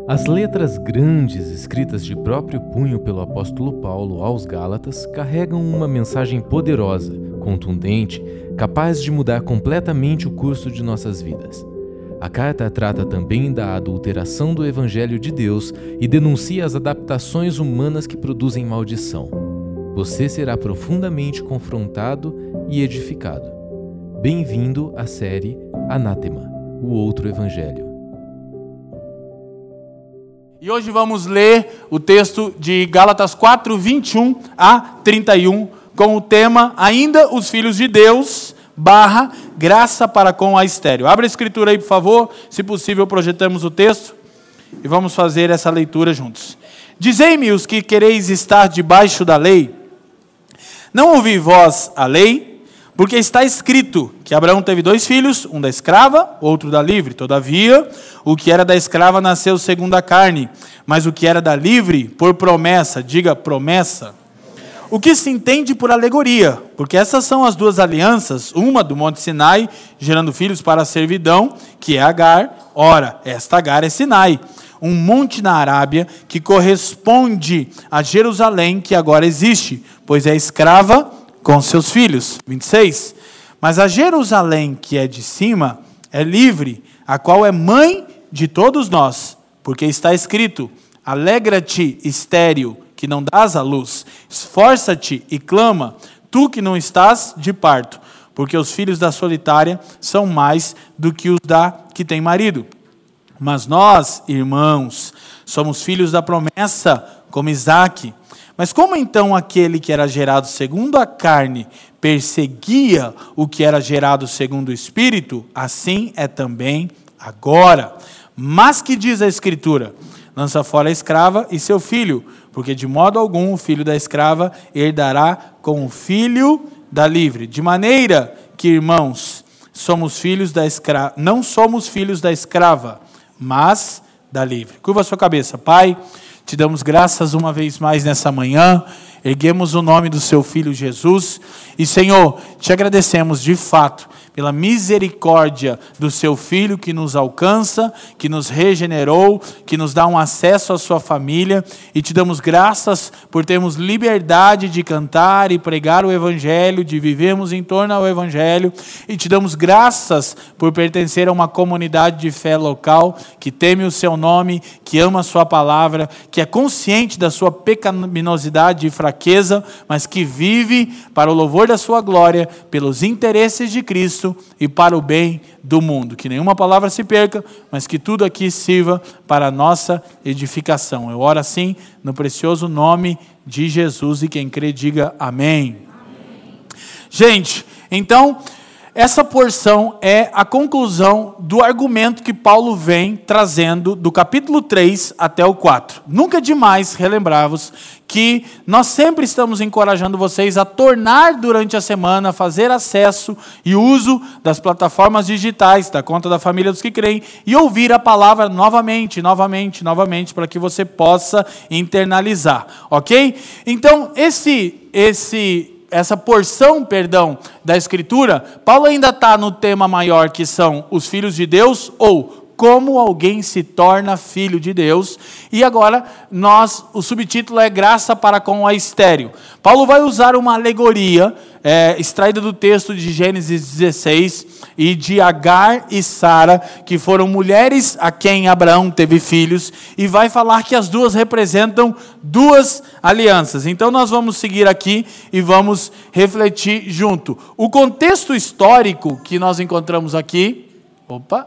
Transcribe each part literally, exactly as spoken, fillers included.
As letras grandes escritas de próprio punho pelo apóstolo Paulo aos Gálatas carregam uma mensagem poderosa, contundente, capaz de mudar completamente o curso de nossas vidas. A carta trata também da adulteração do Evangelho de Deus e denuncia as adaptações humanas que produzem maldição. Você será profundamente confrontado e edificado. Bem-vindo à série Anátema, o outro Evangelho. E hoje vamos ler o texto de Gálatas quatro, vinte e um a trinta e um, com o tema Ainda os Filhos de Deus, barra, graça para com a estéril. Abra a escritura aí, por favor, se possível projetamos o texto e vamos fazer essa leitura juntos. Dizei-me os que quereis estar debaixo da lei, não ouvi vós a lei? Porque está escrito que Abraão teve dois filhos, um da escrava, outro da livre. Todavia, o que era da escrava nasceu segundo a carne, mas o que era da livre, por promessa, diga promessa. O que se entende por alegoria, porque essas são as duas alianças, uma do Monte Sinai, gerando filhos para a servidão, que é Agar. Ora, esta Agar é Sinai, um monte na Arábia que corresponde a Jerusalém, que agora existe, pois é escrava com seus filhos. vinte e seis. Mas a Jerusalém que é de cima é livre, a qual é mãe de todos nós, porque está escrito: alegra-te, estéril, que não dás à luz, esforça-te e clama, tu que não estás de parto, porque os filhos da solitária são mais do que os da que tem marido. Mas nós, irmãos, somos filhos da promessa, como Isaque. Mas como então aquele que era gerado segundo a carne perseguia o que era gerado segundo o Espírito, assim é também agora. Mas que diz a Escritura? Lança fora a escrava e seu filho, porque de modo algum o filho da escrava herdará com o filho da livre. De maneira que, irmãos, somos filhos da escrava, não somos filhos da escrava, mas da livre. Curva a sua cabeça, Pai. Te damos graças uma vez mais nessa manhã, erguemos o nome do seu Filho Jesus e, Senhor, te agradecemos de fato pela misericórdia do seu Filho que nos alcança, que nos regenerou, que nos dá um acesso à sua família, e te damos graças por termos liberdade de cantar e pregar o Evangelho, de vivermos em torno ao Evangelho, e te damos graças por pertencer a uma comunidade de fé local, que teme o seu nome, que ama a sua palavra, que é consciente da sua pecaminosidade e fraqueza, mas que vive para o louvor da sua glória, pelos interesses de Cristo, e para o bem do mundo. Que nenhuma palavra se perca, mas que tudo aqui sirva para a nossa edificação. Eu oro assim no precioso nome de Jesus, e quem crê diga amém. Amém. Gente, então essa porção é a conclusão do argumento que Paulo vem trazendo do capítulo três até o quatro. Nunca é demais relembrar-vos que nós sempre estamos encorajando vocês a tornar durante a semana, fazer acesso e uso das plataformas digitais, da conta da família dos que creem, e ouvir a palavra novamente, novamente, novamente, para que você possa internalizar, ok? Então, esse... esse essa porção, perdão, da Escritura, Paulo ainda está no tema maior, que são os filhos de Deus, ou como alguém se torna filho de Deus. E agora, nós, o subtítulo é Graça para com a estéril. Paulo vai usar uma alegoria, é, extraída do texto de Gênesis dezesseis, e de Agar e Sara, que foram mulheres a quem Abraão teve filhos, e vai falar que as duas representam duas alianças. Então nós vamos seguir aqui e vamos refletir junto. O contexto histórico que nós encontramos aqui, opa,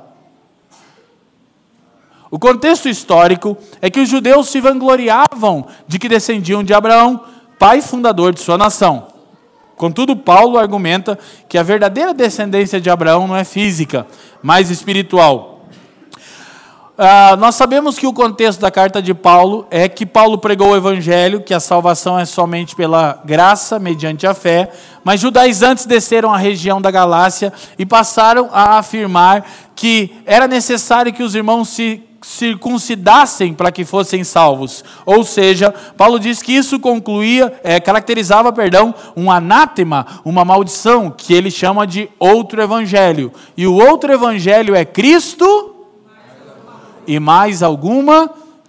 o contexto histórico é que os judeus se vangloriavam de que descendiam de Abraão, pai fundador de sua nação. Contudo, Paulo argumenta que a verdadeira descendência de Abraão não é física, mas espiritual. Ah, nós sabemos que o contexto da carta de Paulo é que Paulo pregou o Evangelho, que a salvação é somente pela graça, mediante a fé, mas judaizantes desceram à região da Galácia e passaram a afirmar que era necessário que os irmãos se circuncidassem para que fossem salvos. Ou seja, Paulo diz que isso concluía, é, caracterizava, perdão, um anátema, uma maldição, que ele chama de outro evangelho. E o outro evangelho é Cristo e mais alguma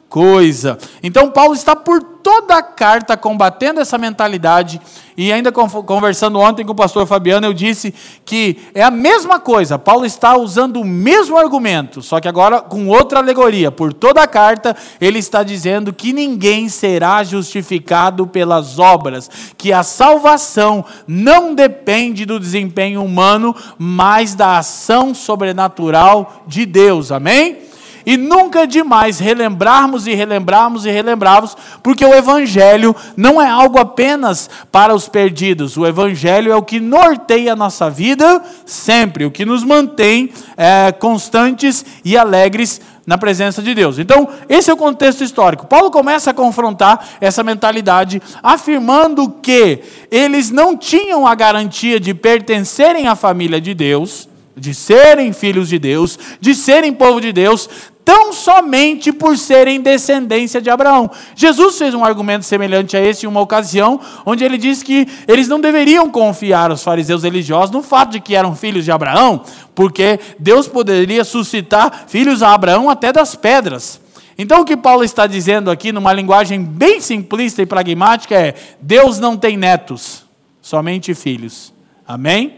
coisa. Então Paulo está por toda a carta combatendo essa mentalidade, e ainda conversando ontem com o pastor Fabiano, eu disse que é a mesma coisa. Paulo está usando o mesmo argumento, só que agora com outra alegoria. Por toda a carta ele está dizendo que ninguém será justificado pelas obras, que a salvação não depende do desempenho humano, mas da ação sobrenatural de Deus. Amém? E nunca é demais relembrarmos e relembrarmos e relembrarmos, porque o Evangelho não é algo apenas para os perdidos. O Evangelho é o que norteia a nossa vida sempre, o que nos mantém é, constantes e alegres na presença de Deus. Então, esse é o contexto histórico. Paulo começa a confrontar essa mentalidade, afirmando que eles não tinham a garantia de pertencerem à família de Deus, de serem filhos de Deus, de serem povo de Deus, tão somente por serem descendência de Abraão. Jesus fez um argumento semelhante a esse em uma ocasião, onde ele disse que eles não deveriam confiar, os fariseus religiosos, no fato de que eram filhos de Abraão, porque Deus poderia suscitar filhos a Abraão até das pedras. Então o que Paulo está dizendo aqui, numa linguagem bem simplista e pragmática, é: Deus não tem netos, somente filhos. Amém?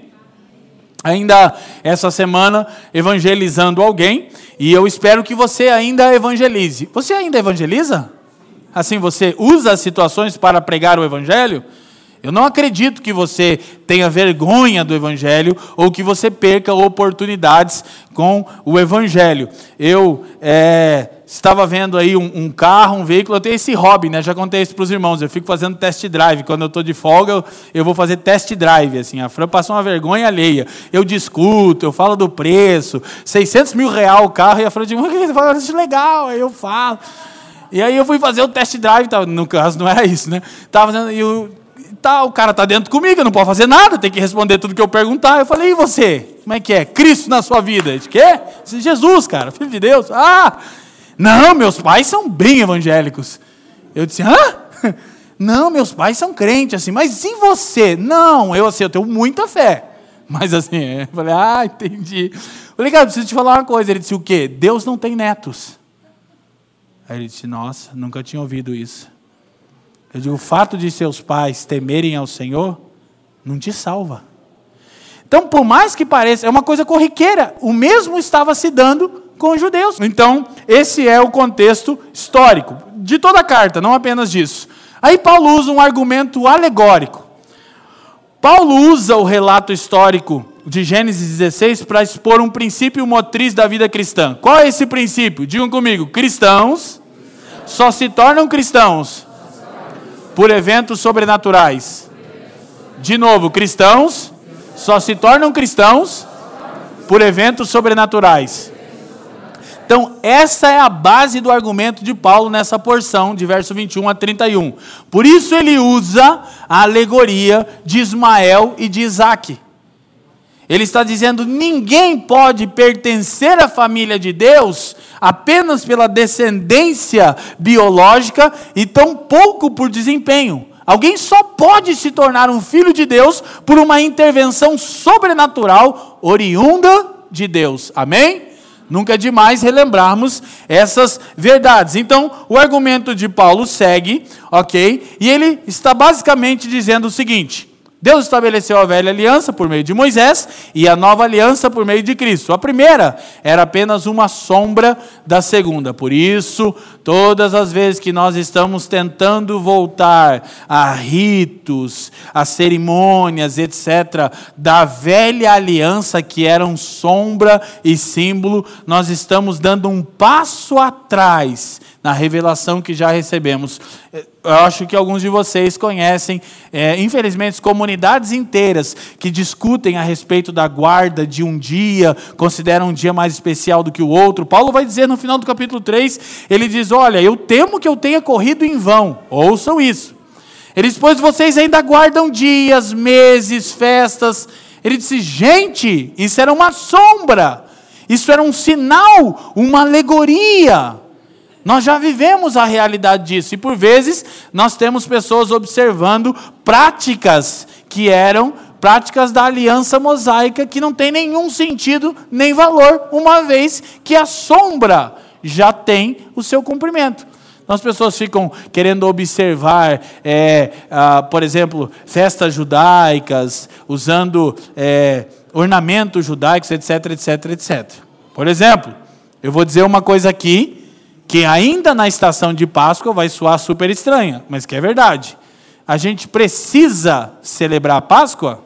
Ainda essa semana, evangelizando alguém, e eu espero que você ainda evangelize. Você ainda evangeliza? Assim, você usa as situações para pregar o evangelho? Eu não acredito que você tenha vergonha do evangelho ou que você perca oportunidades com o evangelho. Eu é, estava vendo aí um, um carro, um veículo, eu tenho esse hobby, né? Já contei isso para os irmãos, eu fico fazendo test drive. Quando eu estou de folga, eu, eu vou fazer test drive. Assim. A Fran passou uma vergonha alheia. Eu discuto, eu falo do preço, seiscentos mil reais o carro, e a Fran diz: você fala, isso é legal, aí eu falo. E aí eu fui fazer o test drive, no caso não era isso, né? Estava fazendo, e eu, tá, o cara está dentro comigo, eu não posso fazer nada, tem que responder tudo que eu perguntar. Eu falei: e você? Como é que é? Cristo na sua vida? Ele disse: quê? Jesus, cara, Filho de Deus. Ah, não, meus pais são bem evangélicos. Eu disse: hã? Não, meus pais são crentes, assim, mas e você? Não, eu assim, eu tenho muita fé. Mas assim, eu falei: ah, entendi. Eu falei: cara, preciso te falar uma coisa. Ele disse: o quê? Deus não tem netos. Aí ele disse: nossa, nunca tinha ouvido isso. Eu digo: o fato de seus pais temerem ao Senhor não te salva. Então, por mais que pareça, é uma coisa corriqueira. O mesmo estava se dando com os judeus. Então, esse é o contexto histórico de toda a carta, não apenas disso. Aí Paulo usa um argumento alegórico. Paulo usa o relato histórico de Gênesis dezesseis para expor um princípio motriz da vida cristã. Qual é esse princípio? Digam comigo: cristãos só se tornam cristãos por eventos sobrenaturais. De novo, cristãos só se tornam cristãos por eventos sobrenaturais. Então, essa é a base do argumento de Paulo nessa porção, de verso vinte e um a trinta e um. Por isso ele usa a alegoria de Ismael e de Isaque. Ele está dizendo: ninguém pode pertencer à família de Deus apenas pela descendência biológica e tampouco por desempenho. Alguém só pode se tornar um filho de Deus por uma intervenção sobrenatural oriunda de Deus. Amém? Nunca é demais relembrarmos essas verdades. Então, o argumento de Paulo segue, ok? E ele está basicamente dizendo o seguinte: Deus estabeleceu a velha aliança por meio de Moisés e a nova aliança por meio de Cristo. A primeira era apenas uma sombra da segunda. Por isso, todas as vezes que nós estamos tentando voltar a ritos, a cerimônias, etcétera, da velha aliança que eram sombra e símbolo, nós estamos dando um passo atrás na revelação que já recebemos. Eu acho que alguns de vocês conhecem, é, infelizmente, comunidades inteiras que discutem a respeito da guarda de um dia, consideram um dia mais especial do que o outro. Paulo vai dizer no final do capítulo três, ele diz: olha, eu temo que eu tenha corrido em vão. Ouçam isso. Ele diz: pois vocês ainda guardam dias, meses, festas. Ele disse: gente, isso era uma sombra, isso era um sinal, uma alegoria. Nós já vivemos a realidade disso, e por vezes nós temos pessoas observando práticas que eram práticas da aliança mosaica, que não tem nenhum sentido nem valor, uma vez que a sombra já tem o seu cumprimento. Então as pessoas ficam querendo observar, é, ah, por exemplo, festas judaicas, usando é, ornamentos judaicos, etc, etc, etcétera. Por exemplo, eu vou dizer uma coisa aqui, que ainda na estação de Páscoa vai soar super estranha, mas que é verdade. A gente precisa celebrar a Páscoa?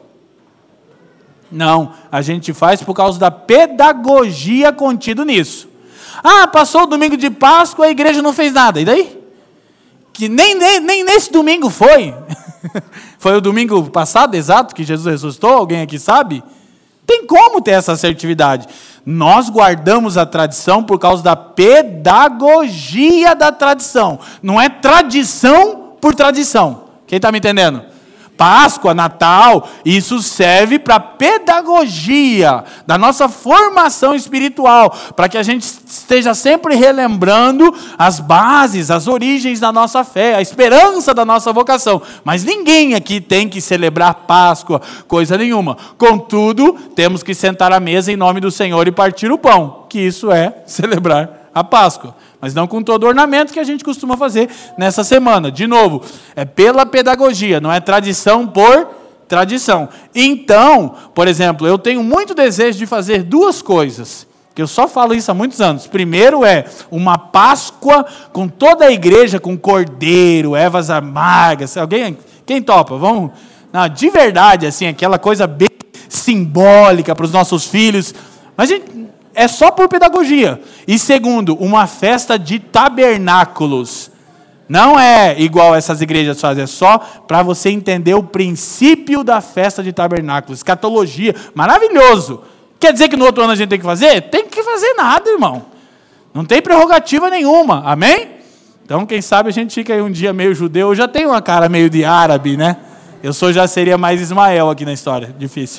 Não, a gente faz por causa da pedagogia contida nisso. Ah, passou o domingo de Páscoa, a igreja não fez nada, e daí? Que nem, nem, nem nesse domingo foi. Foi o domingo passado, exato, que Jesus ressuscitou, alguém aqui sabe? Tem como ter essa assertividade. Nós guardamos a tradição por causa da pedagogia da tradição. Não é tradição por tradição. Quem está me entendendo? Páscoa, Natal, isso serve para pedagogia da nossa formação espiritual, para que a gente esteja sempre relembrando as bases, as origens da nossa fé, a esperança da nossa vocação. Mas ninguém aqui tem que celebrar Páscoa, coisa nenhuma. Contudo, temos que sentar à mesa em nome do Senhor e partir o pão, que isso é celebrar a Páscoa. Mas não com todo o ornamento que a gente costuma fazer nessa semana. De novo, é pela pedagogia, não é tradição por tradição. Então, por exemplo, eu tenho muito desejo de fazer duas coisas, que eu só falo isso há muitos anos. Primeiro é uma Páscoa com toda a igreja, com cordeiro, ervas amargas. Alguém, quem topa? Vamos, não, de verdade, assim, aquela coisa bem simbólica para os nossos filhos. Mas a gente... é só por pedagogia. E segundo, uma festa de tabernáculos. Não é igual essas igrejas fazem, é só para você entender o princípio da festa de tabernáculos. Escatologia, maravilhoso. Quer dizer que no outro ano a gente tem que fazer? Tem que fazer nada, irmão. Não tem prerrogativa nenhuma, amém? Então, quem sabe a gente fica aí um dia meio judeu. Eu já tenho uma cara meio de árabe, né? Eu sou, já seria mais Ismael aqui na história, difícil.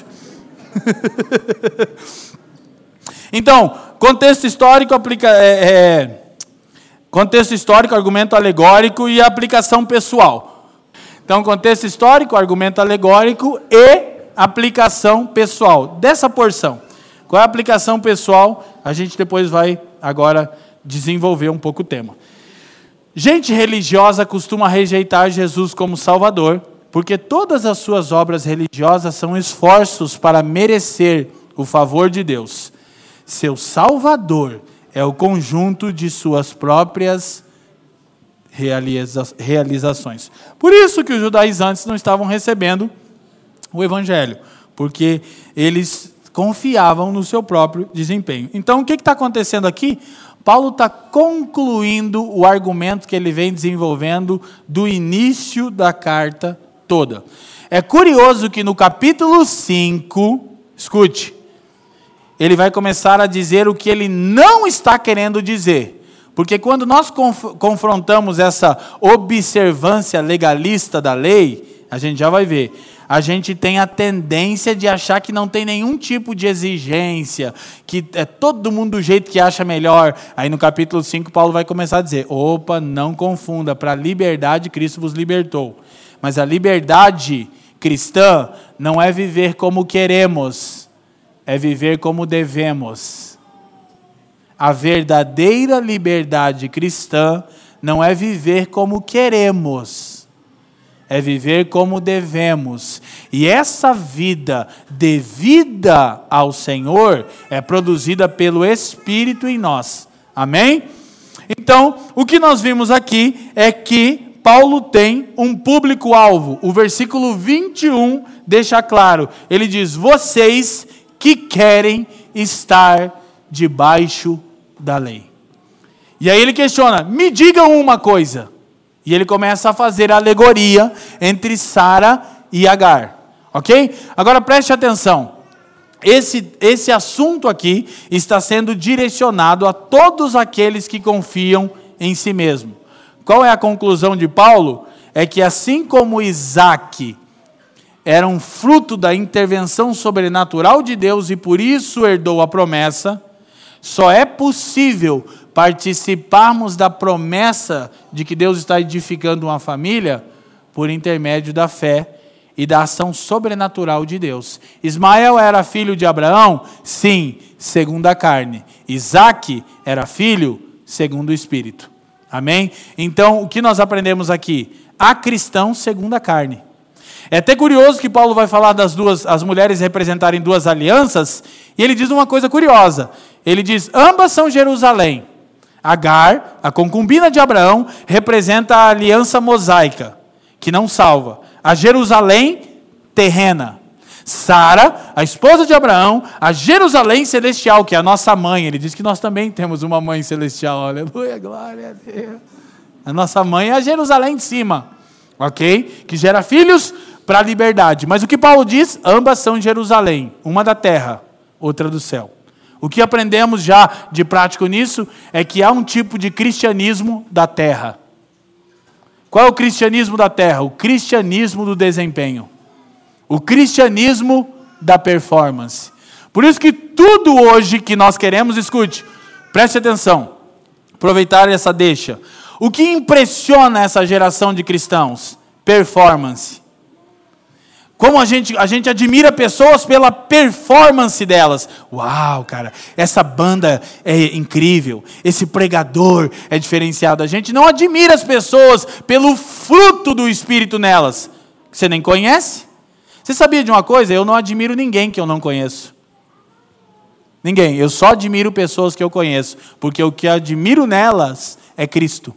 Então, contexto histórico, aplica, é, é, contexto histórico, argumento alegórico e aplicação pessoal. Então, contexto histórico, argumento alegórico e aplicação pessoal. Dessa porção, qual é a aplicação pessoal? A gente depois vai agora desenvolver um pouco o tema. Gente religiosa costuma rejeitar Jesus como Salvador, porque todas as suas obras religiosas são esforços para merecer o favor de Deus. Seu Salvador é o conjunto de suas próprias realiza- realizações. Por isso que os judaizantes não estavam recebendo o Evangelho, porque eles confiavam no seu próprio desempenho. Então, o que está acontecendo aqui? Paulo está concluindo o argumento que ele vem desenvolvendo do início da carta toda. É curioso que no capítulo cinco, escute, ele vai começar a dizer o que ele não está querendo dizer. Porque quando nós conf- confrontamos essa observância legalista da lei, a gente já vai ver, a gente tem a tendência de achar que não tem nenhum tipo de exigência, que é todo mundo do jeito que acha melhor. Aí no capítulo cinco, Paulo vai começar a dizer, opa, não confunda, para a liberdade Cristo vos libertou. Mas a liberdade cristã não é viver como queremos, é viver como devemos. A verdadeira liberdade cristã não é viver como queremos, é viver como devemos. E essa vida devida ao Senhor é produzida pelo Espírito em nós. Amém? Então, o que nós vimos aqui é que Paulo tem um público-alvo. O versículo vinte e um deixa claro. Ele diz, vocês que querem estar debaixo da lei. E aí ele questiona, me digam uma coisa. E ele começa a fazer a alegoria entre Sara e Agar. Ok? Agora preste atenção. Esse, esse assunto aqui está sendo direcionado a todos aqueles que confiam em si mesmo. Qual é a conclusão de Paulo? É que assim como Isaque era um fruto da intervenção sobrenatural de Deus e por isso herdou a promessa, só é possível participarmos da promessa de que Deus está edificando uma família por intermédio da fé e da ação sobrenatural de Deus. Ismael era filho de Abraão? Sim, segundo a carne. Isaque era filho segundo o Espírito. Amém? Então, o que nós aprendemos aqui? Há cristãos segundo a carne. É até curioso que Paulo vai falar das duas, as mulheres representarem duas alianças, e ele diz uma coisa curiosa. Ele diz, ambas são Jerusalém. Agar, a concubina de Abraão, representa a aliança mosaica, que não salva. A Jerusalém terrena. Sara, a esposa de Abraão, a Jerusalém celestial, que é a nossa mãe. Ele diz que nós também temos uma mãe celestial. Aleluia, glória a Deus. A nossa mãe é a Jerusalém de cima, ok? Que gera filhos para a liberdade. Mas o que Paulo diz? Ambas são Jerusalém. Uma da terra, outra do céu. O que aprendemos já de prático nisso é que há um tipo de cristianismo da terra. Qual é o cristianismo da terra? O cristianismo do desempenho. O cristianismo da performance. Por isso que tudo hoje que nós queremos, escute, preste atenção, aproveitar essa deixa. O que impressiona essa geração de cristãos? Performance. Como a gente, a gente admira pessoas pela performance delas. Uau, cara, essa banda é incrível, esse pregador é diferenciado. A gente não admira as pessoas pelo fruto do Espírito nelas. Você nem conhece? Você sabia de uma coisa? Eu não admiro ninguém que eu não conheço. Ninguém. Eu só admiro pessoas que eu conheço. Porque o que eu admiro nelas é Cristo.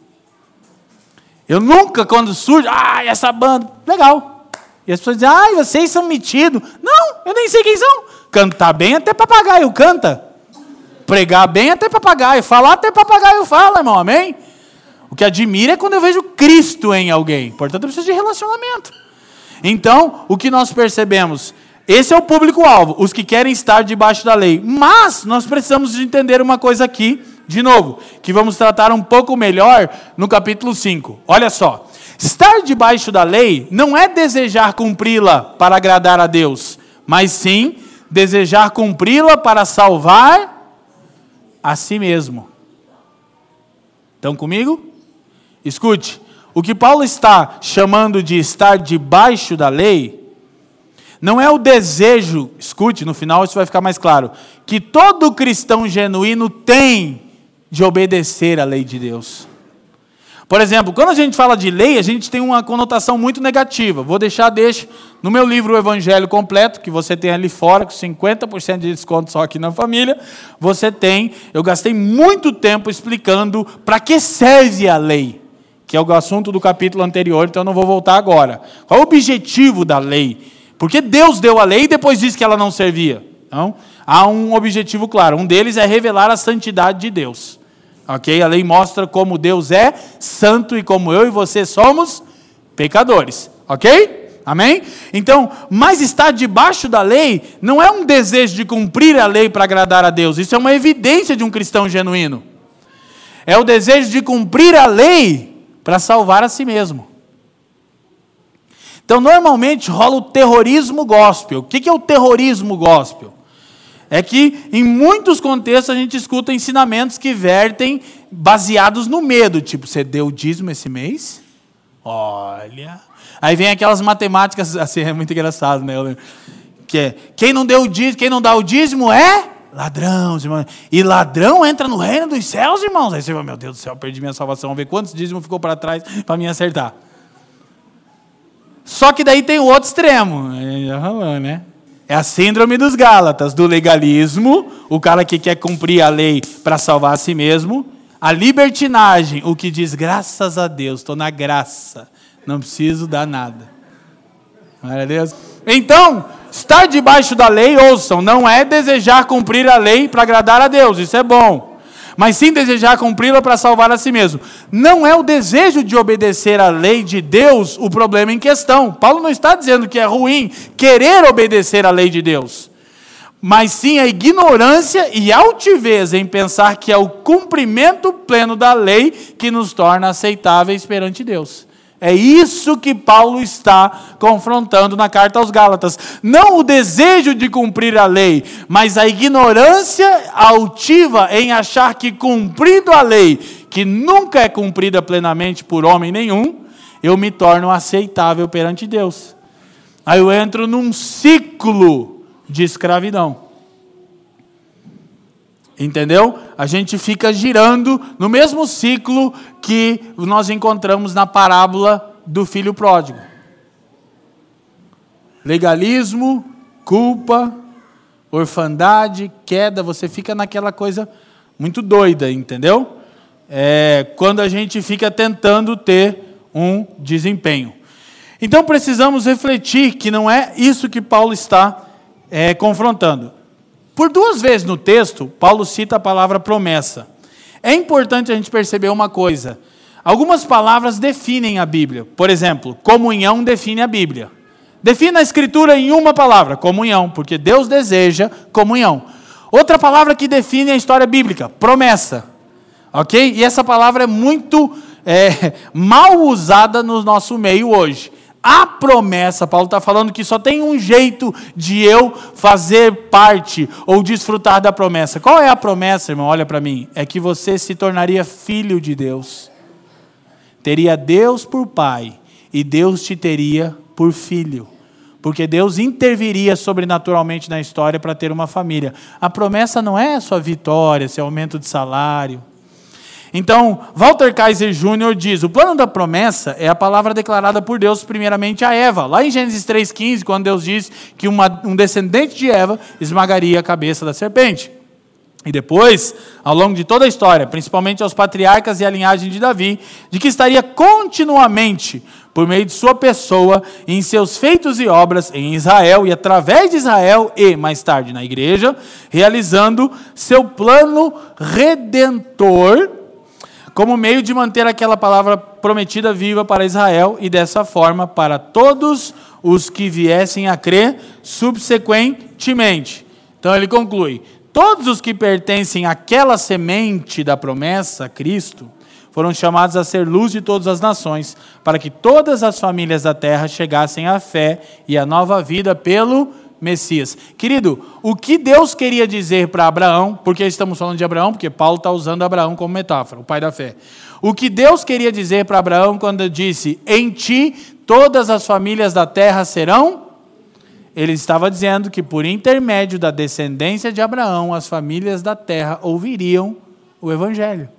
Eu nunca, quando surge, ah, essa banda, legal. E as pessoas dizem, ah, vocês são metidos. Não, eu nem sei quem são. Cantar bem até papagaio canta. Pregar bem até papagaio. Falar até papagaio fala, irmão, amém? O que admira é quando eu vejo Cristo em alguém. Portanto, eu preciso de relacionamento. Então, o que nós percebemos? Esse é o público-alvo, os que querem estar debaixo da lei. Mas, nós precisamos de entender uma coisa aqui, de novo, que vamos tratar um pouco melhor no capítulo cinco. Olha só. Estar debaixo da lei não é desejar cumpri-la para agradar a Deus, mas sim desejar cumpri-la para salvar a si mesmo. Estão comigo? Escute, o que Paulo está chamando de estar debaixo da lei, não é o desejo, escute, no final isso vai ficar mais claro, que todo cristão genuíno tem de obedecer à lei de Deus. Por exemplo, quando a gente fala de lei, a gente tem uma conotação muito negativa. Vou deixar, deixa, no meu livro O Evangelho Completo, que você tem ali fora, com cinquenta por cento de desconto só aqui na família, você tem, eu gastei muito tempo explicando para que serve a lei, que é o assunto do capítulo anterior, então eu não vou voltar agora. Qual é o objetivo da lei? Porque Deus deu a lei e depois disse que ela não servia. Então, há um objetivo claro. Um deles é revelar a santidade de Deus. Ok? A lei mostra como Deus é santo e como eu e você somos pecadores. Ok? Amém? Então, mas estar debaixo da lei não é um desejo de cumprir a lei para agradar a Deus. Isso é uma evidência de um cristão genuíno. É o desejo de cumprir a lei para salvar a si mesmo. Então, normalmente rola o terrorismo gospel. O que é o terrorismo gospel? É que, em muitos contextos, a gente escuta ensinamentos que vertem baseados no medo. Tipo, você deu o dízimo esse mês? Olha. Aí vem aquelas matemáticas, assim, é muito engraçado, né? Que é, quem não deu o dízimo, quem não dá o dízimo é ladrão, irmão. E ladrão entra no reino dos céus, irmãos. Aí você fala, meu Deus do céu, perdi minha salvação. Vamos ver quantos dízimos ficou para trás para me acertar. Só que daí tem o outro extremo. Já falou, né? É a síndrome dos Gálatas, do legalismo, o cara que quer cumprir a lei para salvar a si mesmo. A libertinagem, o que diz, graças a Deus, estou na graça, não preciso dar nada. Glória a Deus. Então, estar debaixo da lei, ouçam, não é desejar cumprir a lei para agradar a Deus, isso é bom. Mas sim desejar cumpri-la para salvar a si mesmo. Não é o desejo de obedecer à lei de Deus o problema em questão. Paulo não está dizendo que é ruim querer obedecer à lei de Deus. Mas sim a ignorância e altivez em pensar que é o cumprimento pleno da lei que nos torna aceitáveis perante Deus. É isso que Paulo está confrontando na carta aos Gálatas. Não o desejo de cumprir a lei, mas a ignorância altiva em achar que cumprindo a lei, que nunca é cumprida plenamente por homem nenhum, eu me torno aceitável perante Deus. Aí eu entro num ciclo de escravidão. Entendeu? A gente fica girando no mesmo ciclo que nós encontramos na parábola do filho pródigo. Legalismo, culpa, orfandade, queda, você fica naquela coisa muito doida, entendeu? É, quando a gente fica tentando ter um desempenho. Então precisamos refletir que não é isso que Paulo está é, confrontando. Por duas vezes no texto, Paulo cita a palavra promessa. É importante a gente perceber uma coisa. Algumas palavras definem a Bíblia. Por exemplo, comunhão define a Bíblia. Defina a Escritura em uma palavra, comunhão, porque Deus deseja comunhão. Outra palavra que define a história bíblica, promessa. Ok? E essa palavra é muito é, mal usada no nosso meio hoje. A promessa, Paulo está falando que só tem um jeito de eu fazer parte ou desfrutar da promessa. Qual é a promessa, irmão? Olha para mim. É que você se tornaria filho de Deus. Teria Deus por pai e Deus te teria por filho. Porque Deus interviria sobrenaturalmente na história para ter uma família. A promessa não é sua vitória, seu aumento de salário. Então, Walter Kaiser Júnior diz, o plano da promessa é a palavra declarada por Deus primeiramente a Eva. Lá em Gênesis três quinze, quando Deus diz que uma, um descendente de Eva esmagaria a cabeça da serpente. E depois, ao longo de toda a história, principalmente aos patriarcas e à linhagem de Davi, de que estaria continuamente, por meio de sua pessoa, em seus feitos e obras em Israel e através de Israel e, mais tarde, na igreja, realizando seu plano redentor, como meio de manter aquela palavra prometida viva para Israel e dessa forma para todos os que viessem a crer subsequentemente. Então ele conclui, todos os que pertencem àquela semente da promessa, Cristo, foram chamados a ser luz de todas as nações, para que todas as famílias da terra chegassem à fé e à nova vida pelo Messias. Querido, o que Deus queria dizer para Abraão, porque estamos falando de Abraão, porque Paulo está usando Abraão como metáfora, o pai da fé. O que Deus queria dizer para Abraão quando disse, em ti todas as famílias da terra serão? Ele estava dizendo que por intermédio da descendência de Abraão, as famílias da terra ouviriam o evangelho.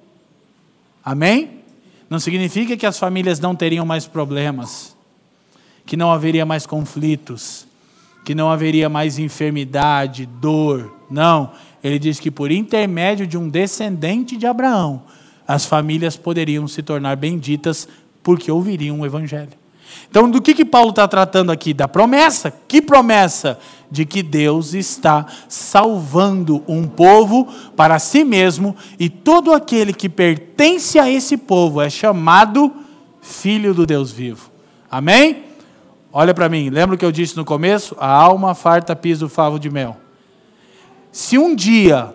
Amém? Não significa que as famílias não teriam mais problemas, que não haveria mais conflitos, que não haveria mais enfermidade, dor. Não, ele diz que por intermédio de um descendente de Abraão, as famílias poderiam se tornar benditas porque ouviriam o evangelho. Então, do que, que Paulo está tratando aqui? Da promessa. Que promessa? De que Deus está salvando um povo para si mesmo e todo aquele que pertence a esse povo é chamado filho do Deus vivo. Amém? Olha para mim, lembra o que eu disse no começo? A alma farta pisa o favo de mel. Se um dia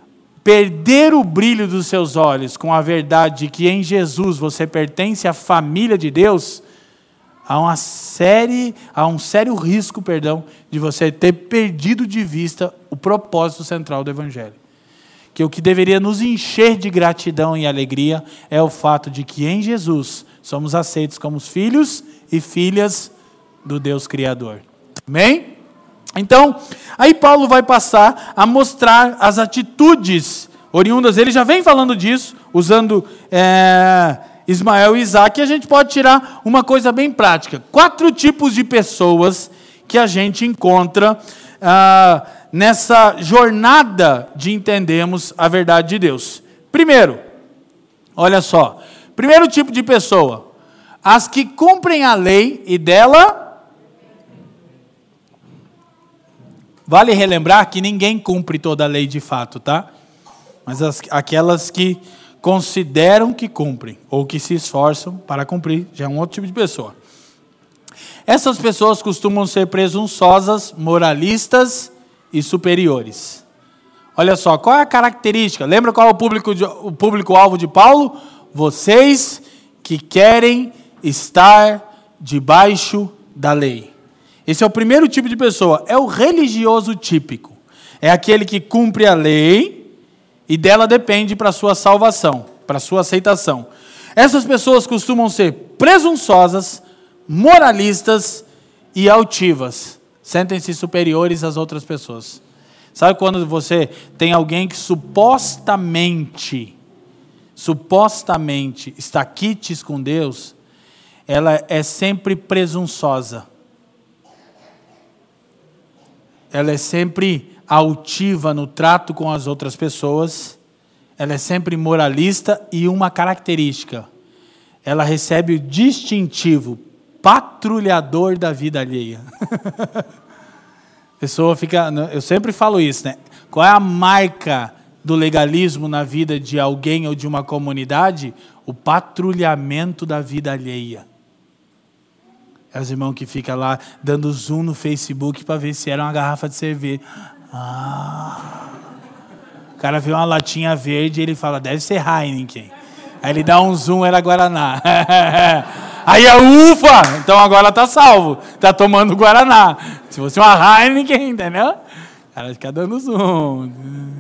perder o brilho dos seus olhos com a verdade de que em Jesus você pertence à família de Deus, há uma série, há um sério risco, perdão, de você ter perdido de vista o propósito central do Evangelho. Que o que deveria nos encher de gratidão e alegria é o fato de que em Jesus somos aceitos como filhos e filhas do Deus Criador. Amém? Então, aí Paulo vai passar a mostrar as atitudes oriundas. Ele já vem falando disso, usando é, Ismael e Isaac, e a gente pode tirar uma coisa bem prática. Quatro tipos de pessoas que a gente encontra ah, nessa jornada de entendermos a verdade de Deus. Primeiro, olha só, primeiro tipo de pessoa, as que cumprem a lei e dela... Vale relembrar que ninguém cumpre toda a lei de fato, tá? Mas as, aquelas que consideram que cumprem, ou que se esforçam para cumprir, já é um outro tipo de pessoa. Essas pessoas costumam ser presunçosas, moralistas e superiores. Olha só, qual é a característica? Lembra qual é o público de, o público-alvo de Paulo? Vocês que querem estar debaixo da lei. Esse é o primeiro tipo de pessoa, é o religioso típico. É aquele que cumpre a lei e dela depende para a sua salvação, para a sua aceitação. Essas pessoas costumam ser presunçosas, moralistas e altivas. Sentem-se superiores às outras pessoas. Sabe quando você tem alguém que supostamente, supostamente está quites com Deus, ela é sempre presunçosa. Ela é sempre altiva no trato com as outras pessoas. Ela é sempre moralista e uma característica. Ela recebe o distintivo patrulhador da vida alheia. A pessoa fica... Eu sempre falo isso, né? Qual é a marca do legalismo na vida de alguém ou de uma comunidade? O patrulhamento da vida alheia. É os irmãos que ficam lá dando zoom no Facebook para ver se era uma garrafa de cerveja. Ah. O cara vê uma latinha verde e ele fala, deve ser Heineken. Aí ele dá um zoom, era Guaraná. Aí é ufa! Então agora tá salvo. Tá tomando Guaraná. Se fosse uma Heineken, entendeu? O cara fica dando zoom.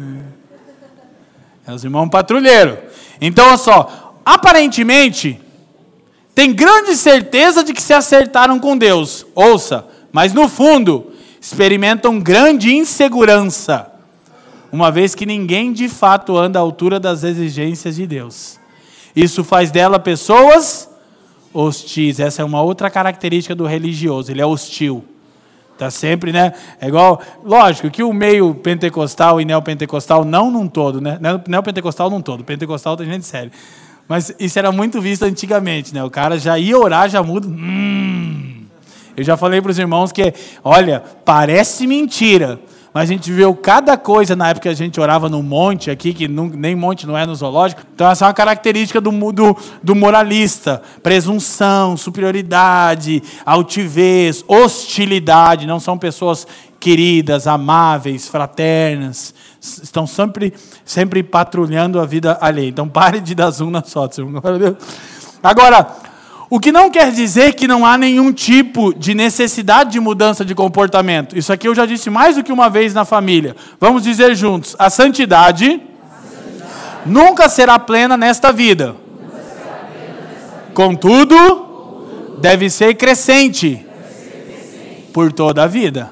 É os irmãos patrulheiros. Então, olha só. Aparentemente, tem grande certeza de que se acertaram com Deus. Ouça. Mas no fundo, experimentam grande insegurança. Uma vez que ninguém de fato anda à altura das exigências de Deus. Isso faz dela pessoas hostis. Essa é uma outra característica do religioso. Ele é hostil. Está sempre, né? É igual, lógico que o meio pentecostal e neopentecostal, não num todo, né? Neopentecostal num todo. Pentecostal tem gente séria. Mas isso era muito visto antigamente, né? O cara já ia orar, já muda. Hum. Eu já falei para os irmãos que, olha, parece mentira. Mas a gente viu cada coisa na época que a gente orava no monte aqui, que não, nem monte não é no zoológico. Então essa é uma característica do, do, do moralista. Presunção, superioridade, altivez, hostilidade. Não são pessoas queridas, amáveis, fraternas. Estão sempre, sempre patrulhando a vida alheia. Então pare de dar zoom na foto. Agora... O que não quer dizer que não há nenhum tipo de necessidade de mudança de comportamento. Isso aqui eu já disse mais do que uma vez na família. Vamos dizer juntos. A santidade, a santidade. Nunca será plena nesta vida. Contudo, Contudo deve ser crescente, deve ser crescente por toda a vida.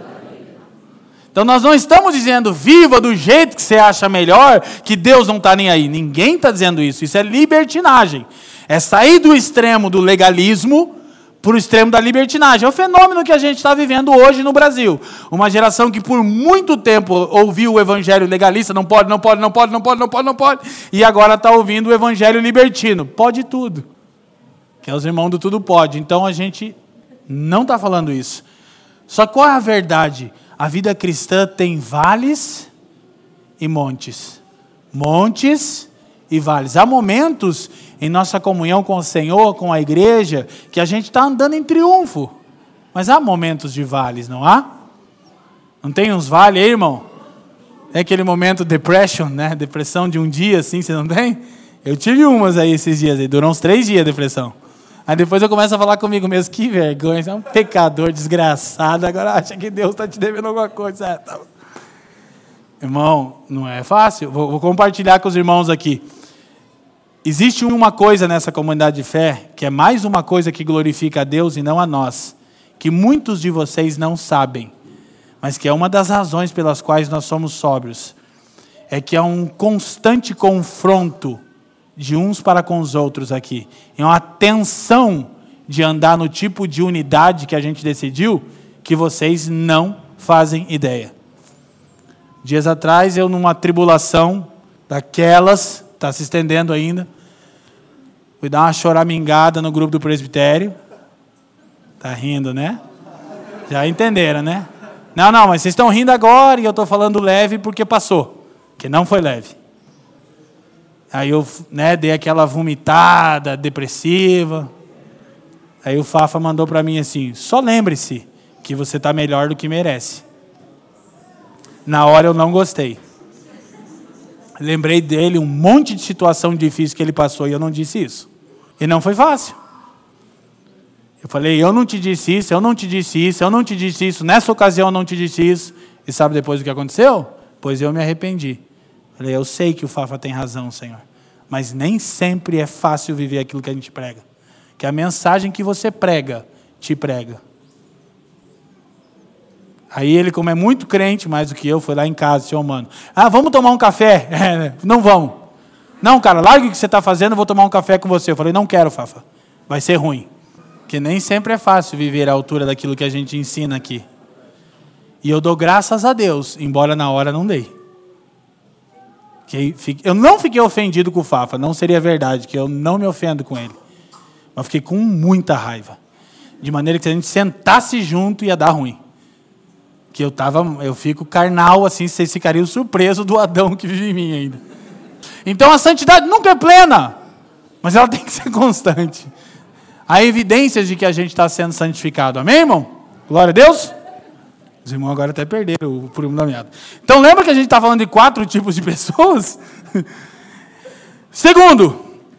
Então nós não estamos dizendo viva do jeito que você acha melhor, que Deus não está nem aí. Ninguém está dizendo isso. Isso é libertinagem. É sair do extremo do legalismo para o extremo da libertinagem. É o fenômeno que a gente está vivendo hoje no Brasil. Uma geração que por muito tempo ouviu o evangelho legalista, não pode, não pode, não pode, não pode, não pode, não pode, e agora está ouvindo o evangelho libertino. Pode tudo. Que é os irmãos do tudo pode. Então a gente não está falando isso. Só qual é a verdade? A vida cristã tem vales e montes. Montes e vales. Há momentos em nossa comunhão com o Senhor, com a igreja, que a gente está andando em triunfo. Mas há momentos de vales, não há? Não tem uns vales aí, irmão? É aquele momento depression, né? Depressão de um dia, assim, você não tem? Eu tive umas aí esses dias, aí, durou uns três dias a depressão. Aí depois eu começo a falar comigo mesmo, que vergonha, você é um pecador desgraçado, agora acha que Deus está te devendo alguma coisa. É, tá. Irmão, não é fácil. Vou, vou compartilhar com os irmãos aqui. Existe uma coisa nessa comunidade de fé, que é mais uma coisa que glorifica a Deus e não a nós, que muitos de vocês não sabem, mas que é uma das razões pelas quais nós somos sóbrios. É que há um constante confronto de uns para com os outros aqui. É uma tensão de andar no tipo de unidade que a gente decidiu, que vocês não fazem ideia. Dias atrás, eu numa tribulação daquelas, está se estendendo ainda, fui dar uma choramingada no grupo do presbitério. Tá rindo, né? Já entenderam, né? Não, não, mas vocês estão rindo agora e eu estou falando leve porque passou. Que não foi leve. Aí eu, né, dei aquela vomitada depressiva. Aí o Fafa mandou para mim assim, só lembre-se que você está melhor do que merece. Na hora eu não gostei. Lembrei dele um monte de situação difícil que ele passou e eu não disse isso. E não foi fácil. Eu falei, eu não te disse isso, eu não te disse isso, eu não te disse isso, nessa ocasião eu não te disse isso. E sabe depois o que aconteceu? Pois eu me arrependi. Falei, eu sei que o Fafa tem razão, Senhor. Mas nem sempre é fácil viver aquilo que a gente prega. Que a mensagem que você prega, te prega. Aí ele, como é muito crente, mais do que eu, foi lá em casa, senhor mano. Ah, vamos tomar um café? É, não vamos. Não, cara, larga o que você está fazendo, eu vou tomar um café com você. Eu falei, não quero, Fafa. Vai ser ruim. Porque nem sempre é fácil viver à altura daquilo que a gente ensina aqui. E eu dou graças a Deus, embora na hora não dei. Eu não fiquei ofendido com o Fafa, não seria verdade, que eu não me ofendo com ele. Mas fiquei com muita raiva. De maneira que se a gente sentasse junto ia dar ruim. Que eu, tava, eu fico carnal, assim, vocês ficariam surpresos do Adão que vive em mim ainda. Então a santidade nunca é plena, mas ela tem que ser constante. Há evidências de que a gente está sendo santificado. Amém, irmão? Glória a Deus. Os irmãos agora até perderam o prumo da meada. Então lembra que a gente está falando de quatro tipos de pessoas? Segundo,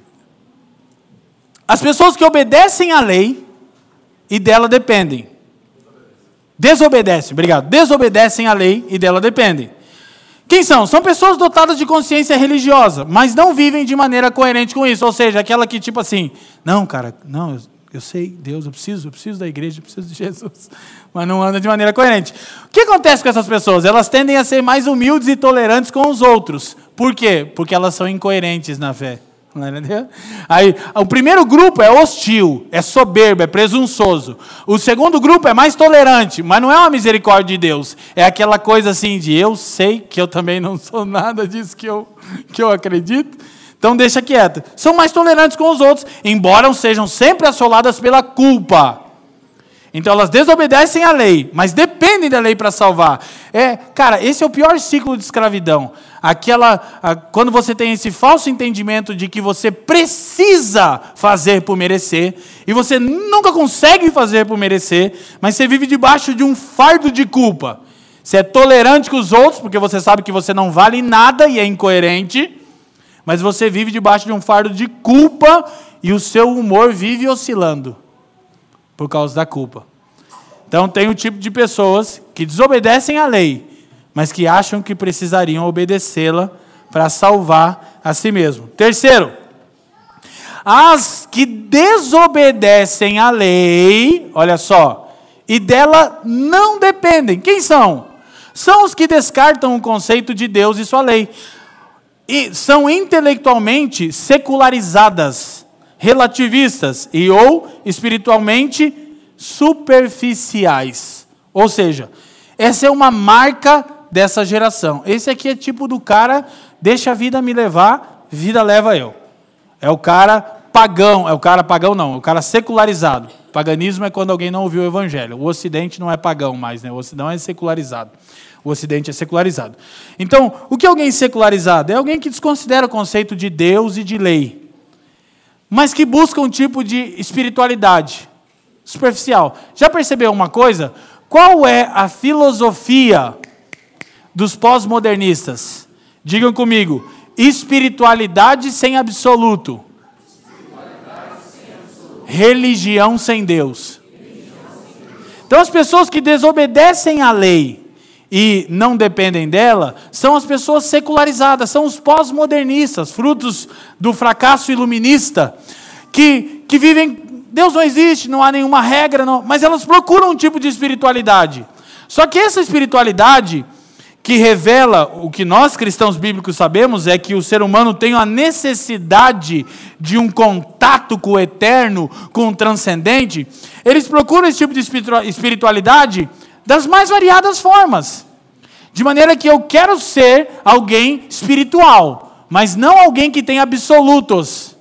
as pessoas que obedecem à lei e dela dependem. Desobedecem, obrigado. Desobedecem à lei e dela dependem. Quem são? São pessoas dotadas de consciência religiosa, mas não vivem de maneira coerente com isso. Ou seja, aquela que tipo assim, não, cara, não, eu, eu sei, Deus, eu preciso, eu preciso da igreja, eu preciso de Jesus, mas não anda de maneira coerente. O que acontece com essas pessoas? Elas tendem a ser mais humildes e tolerantes com os outros. Por quê? Porque elas são incoerentes na fé. Aí, o primeiro grupo é hostil, é soberbo, é presunçoso. O segundo grupo é mais tolerante, mas não é uma misericórdia de Deus. É aquela coisa assim de eu sei que eu também não sou nada disso que eu, que eu acredito. Então deixa quieto. São mais tolerantes com os outros, embora sejam sempre assoladas pela culpa. Então elas desobedecem à lei, mas dependem da lei para salvar. É, cara, esse é o pior ciclo de escravidão. Aquela, a, quando você tem esse falso entendimento de que você precisa fazer por merecer, e você nunca consegue fazer por merecer, mas você vive debaixo de um fardo de culpa. Você é tolerante com os outros, porque você sabe que você não vale nada e é incoerente, mas você vive debaixo de um fardo de culpa e o seu humor vive oscilando por causa da culpa. Então tem o tipo de pessoas que desobedecem à lei, mas que acham que precisariam obedecê-la para salvar a si mesmo. Terceiro, as que desobedecem à lei, olha só, e dela não dependem. Quem são? São os que descartam o conceito de Deus e sua lei. E são intelectualmente secularizadas, relativistas e ou espiritualmente superficiais. Ou seja, essa é uma marca dessa geração. Esse aqui é tipo do cara, deixa a vida me levar, vida leva eu. É o cara pagão, é o cara pagão não, é o cara secularizado. Paganismo é quando alguém não ouviu o evangelho. O Ocidente não é pagão mais, né? O Ocidente é secularizado. O Ocidente é secularizado. Então, o que é alguém secularizado? É alguém que desconsidera o conceito de Deus e de lei, mas que busca um tipo de espiritualidade superficial. Já percebeu uma coisa? Qual é a filosofia dos pós-modernistas? Digam comigo, espiritualidade sem absoluto. Espiritualidade sem absoluto. Religião sem Deus. Então as pessoas que desobedecem à lei e não dependem dela, são as pessoas secularizadas, são os pós-modernistas, frutos do fracasso iluminista, que, que vivem, Deus não existe, não há nenhuma regra, não, mas elas procuram um tipo de espiritualidade. Só que essa espiritualidade, que revela o que nós cristãos bíblicos sabemos, é que o ser humano tem a necessidade de um contato com o eterno, com o transcendente, eles procuram esse tipo de espiritualidade das mais variadas formas. De maneira que eu quero ser alguém espiritual, mas não alguém que tem absolutos,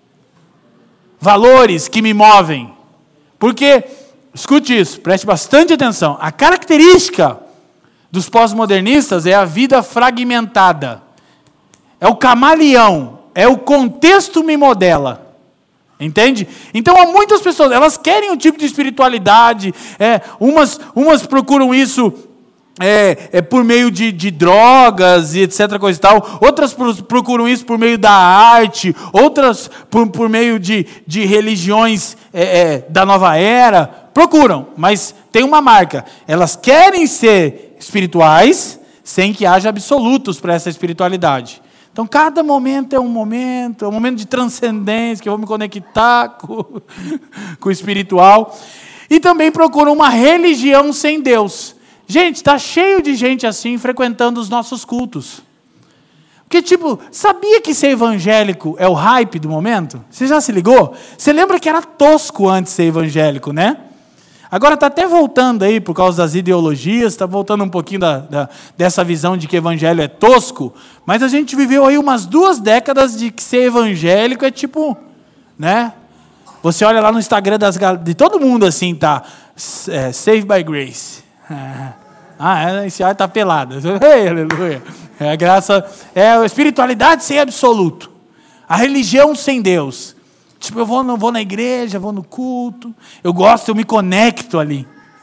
valores que me movem. Porque, escute isso, preste bastante atenção, a característica dos pós-modernistas é a vida fragmentada. É o camaleão, é o contexto me modela. Entende? Então há muitas pessoas, elas querem um tipo de espiritualidade, é, umas, umas procuram isso é, é, por meio de, de drogas e etc, coisa e tal, outras procuram isso por meio da arte, outras por, por meio de, de religiões é, é, da nova era, procuram, mas tem uma marca, elas querem ser espirituais sem que haja absolutos para essa espiritualidade. Então, cada momento é um momento, é um momento de transcendência, que eu vou me conectar com, com o espiritual. E também procuram uma religião sem Deus. Gente, está cheio de gente assim frequentando os nossos cultos. Porque, tipo, sabia que ser evangélico é o hype do momento? Você já se ligou? Você lembra que era tosco antes ser evangélico, né? Agora está até voltando aí, por causa das ideologias, está voltando um pouquinho da, da, dessa visão de que evangelho é tosco, mas a gente viveu aí umas duas décadas de que ser evangélico é tipo, né? Você olha lá no Instagram das, de todo mundo assim, tá? É, Saved by Grace. Ah, esse ar está pelado. Ei, aleluia. É a graça, é a espiritualidade sem absoluto. A religião sem Deus. Tipo, eu vou, não vou na igreja, vou no culto. Eu gosto, eu me conecto ali.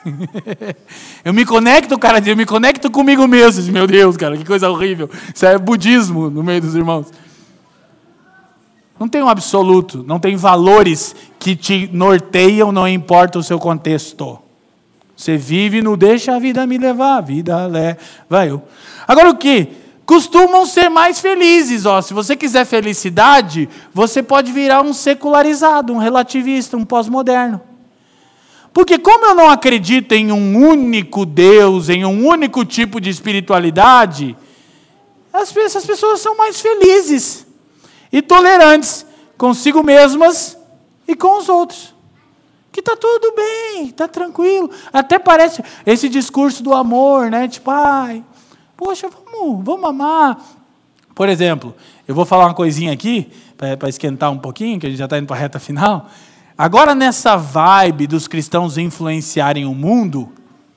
Eu me conecto, cara, eu me conecto comigo mesmo. Meu Deus, cara, que coisa horrível. Isso é budismo no meio dos irmãos. Não tem um absoluto, não tem valores que te norteiam, não importa o seu contexto. Você vive no deixa a vida me levar, a vida leva eu. Agora o que? Costumam ser mais felizes. Ó. Se você quiser felicidade, você pode virar um secularizado, um relativista, um pós-moderno. Porque como eu não acredito em um único Deus, em um único tipo de espiritualidade, as, essas pessoas são mais felizes e tolerantes consigo mesmas e com os outros. Que está tudo bem, está tranquilo. Até parece esse discurso do amor, né? Tipo, ai, poxa, vamos, vamos amar. Por exemplo, eu vou falar uma coisinha aqui, para esquentar um pouquinho, que a gente já está indo para a reta final. Agora, nessa vibe dos cristãos influenciarem o mundo,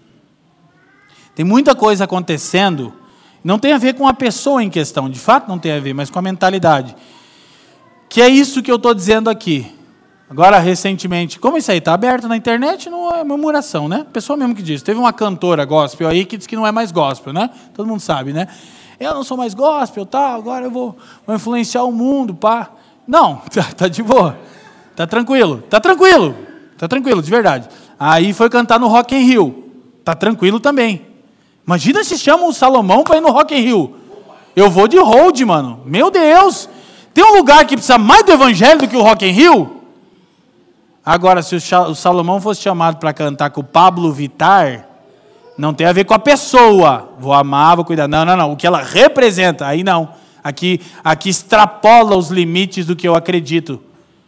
tem muita coisa acontecendo, não tem a ver com a pessoa em questão, de fato não tem a ver, mas com a mentalidade. Que é isso que eu estou dizendo aqui. Agora, recentemente, como isso aí está aberto na internet, não é murmuração, né? A pessoa mesmo que diz. Teve uma cantora gospel aí que disse que não é mais gospel, né? Todo mundo sabe, né? Eu não sou mais gospel, tal, agora eu vou, vou influenciar o mundo, pá. Não, tá, tá de boa. Tá tranquilo, tá tranquilo. Tá tranquilo, de verdade. Aí foi cantar no Rock in Rio. Tá tranquilo também. Imagina se chamam o Salomão para ir no Rock in Rio. Eu vou de hold, mano. Meu Deus. Tem um lugar que precisa mais do evangelho do que o Rock in Rio? Agora, se o Salomão fosse chamado para cantar com o Pablo Vittar, não tem a ver com a pessoa. Vou amar, vou cuidar. Não, não, não. O que ela representa, aí não. Aqui, aqui extrapola os limites do que eu acredito.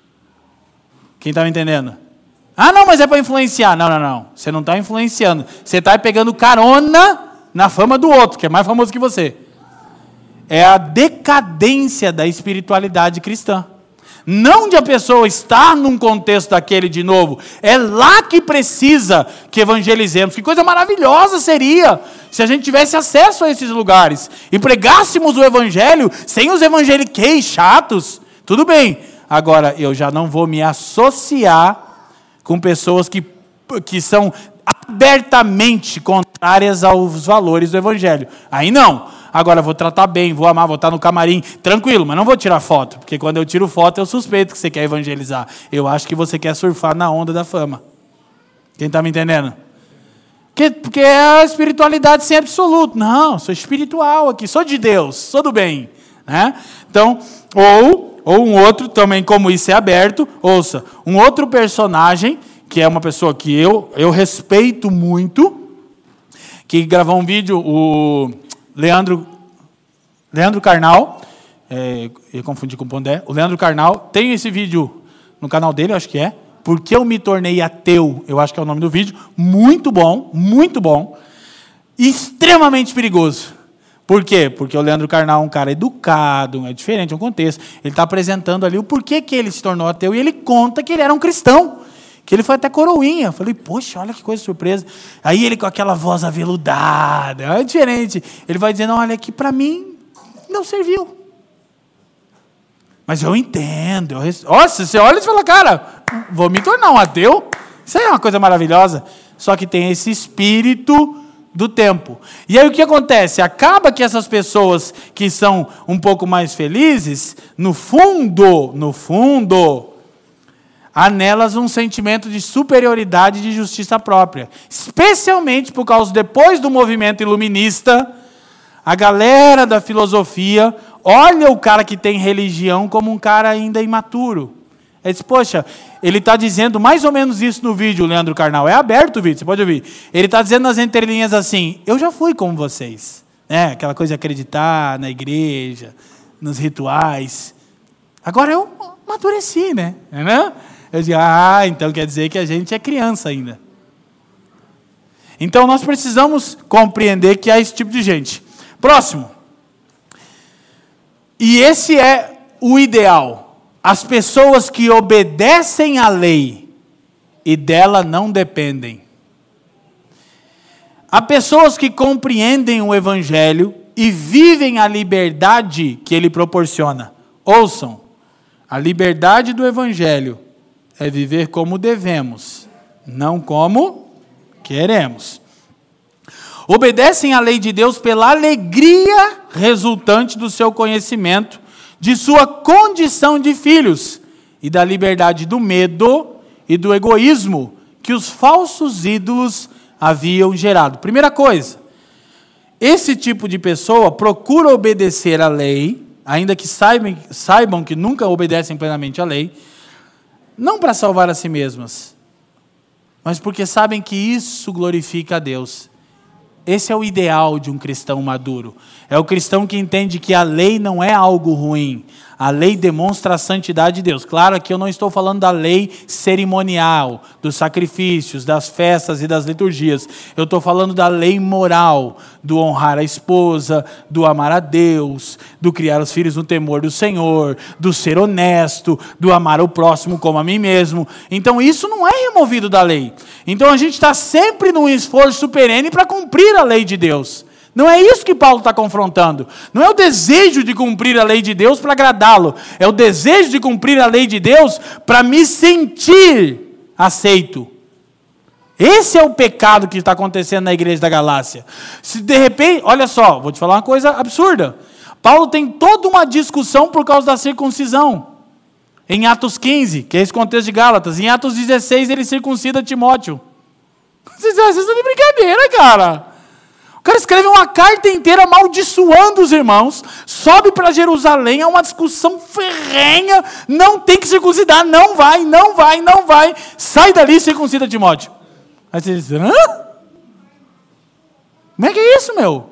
Quem está me entendendo? Ah, não, mas é para influenciar. Não, não, não. Você não está influenciando. Você está pegando carona na fama do outro, que é mais famoso que você. É a decadência da espiritualidade cristã. Não de a pessoa estar num contexto daquele de novo. É lá que precisa que evangelizemos. Que coisa maravilhosa seria se a gente tivesse acesso a esses lugares e pregássemos o evangelho sem os evangeliqueis chatos. Tudo bem. Agora, eu já não vou me associar com pessoas que, que são abertamente contrárias aos valores do evangelho. Aí não. Agora, vou tratar bem, vou amar, vou estar no camarim, tranquilo, mas não vou tirar foto, porque quando eu tiro foto, eu suspeito que você quer evangelizar. Eu acho que você quer surfar na onda da fama. Quem está me entendendo? Porque, porque é a espiritualidade sem absoluto. Não, sou espiritual aqui, sou de Deus, sou do bem. Né? Então, ou, ou um outro, também como isso é aberto, ouça, um outro personagem, que é uma pessoa que eu, eu respeito muito, que gravou um vídeo, o Leandro, Leandro Carnal, é, eu confundi com o Pondé, o Leandro Carnal, tem esse vídeo no canal dele, eu acho que é, Porque eu me tornei ateu, eu acho que é o nome do vídeo, muito bom, muito bom, extremamente perigoso. Por quê? Porque o Leandro Carnal é um cara educado, é diferente, é um contexto, ele está apresentando ali o porquê que ele se tornou ateu, e ele conta que ele era um cristão, que ele foi até coroinha. Eu falei, poxa, olha que coisa surpresa. Aí ele com aquela voz aveludada, é diferente. Ele vai dizendo, olha, que para mim não serviu. Mas eu entendo. Eu res... Nossa, você olha e fala, cara, vou me tornar um ateu? Isso aí é uma coisa maravilhosa. Só que tem esse espírito do tempo. E aí o que acontece? Acaba que essas pessoas que são um pouco mais felizes, no fundo, no fundo... há nelas um sentimento de superioridade e de justiça própria. Especialmente por causa, depois do movimento iluminista, a galera da filosofia olha o cara que tem religião como um cara ainda imaturo. Ele disse, poxa, ele está dizendo mais ou menos isso no vídeo, o Leandro Carnal. É aberto o vídeo, você pode ouvir. Ele está dizendo nas entrelinhas assim, eu já fui como vocês. Né? Aquela coisa de acreditar na igreja, nos rituais. Agora eu amadureci, né? Eu digo, ah, então quer dizer que a gente é criança ainda. Então nós precisamos compreender que há esse tipo de gente. Próximo. E esse é o ideal. As pessoas que obedecem à lei e dela não dependem. Há pessoas que compreendem o Evangelho e vivem a liberdade que ele proporciona. Ouçam, a liberdade do Evangelho é viver como devemos, não como queremos. Obedecem à lei de Deus pela alegria resultante do seu conhecimento, de sua condição de filhos e da liberdade do medo e do egoísmo que os falsos ídolos haviam gerado. Primeira coisa, esse tipo de pessoa procura obedecer à lei, ainda que saibam, saibam que nunca obedecem plenamente à lei, não para salvar a si mesmas, mas porque sabem que isso glorifica a Deus. Esse é o ideal de um cristão maduro. É o cristão que entende que a lei não é algo ruim. A lei demonstra a santidade de Deus. Claro que eu não estou falando da lei cerimonial, dos sacrifícios, das festas e das liturgias. Eu estou falando da lei moral, do honrar a esposa, do amar a Deus, do criar os filhos no temor do Senhor, do ser honesto, do amar o próximo como a mim mesmo. Então isso não é removido da lei. Então a gente está sempre num esforço perene para cumprir a lei de Deus. Não é isso que Paulo está confrontando. Não é o desejo de cumprir a lei de Deus para agradá-lo. É o desejo de cumprir a lei de Deus para me sentir aceito. Esse é o pecado que está acontecendo na igreja da Galácia. Se de repente, olha só, vou te falar uma coisa absurda. Paulo tem toda uma discussão por causa da circuncisão. Em Atos quinze, que é esse contexto de Gálatas. Em Atos dezesseis, ele circuncida Timóteo. Vocês estão de brincadeira, cara. O cara escreve uma carta inteira amaldiçoando os irmãos, sobe para Jerusalém, é uma discussão ferrenha, não tem que circuncidar, não vai, não vai, não vai, sai dali e circuncida Timóteo. Aí você diz, hã? Como é que é isso, meu?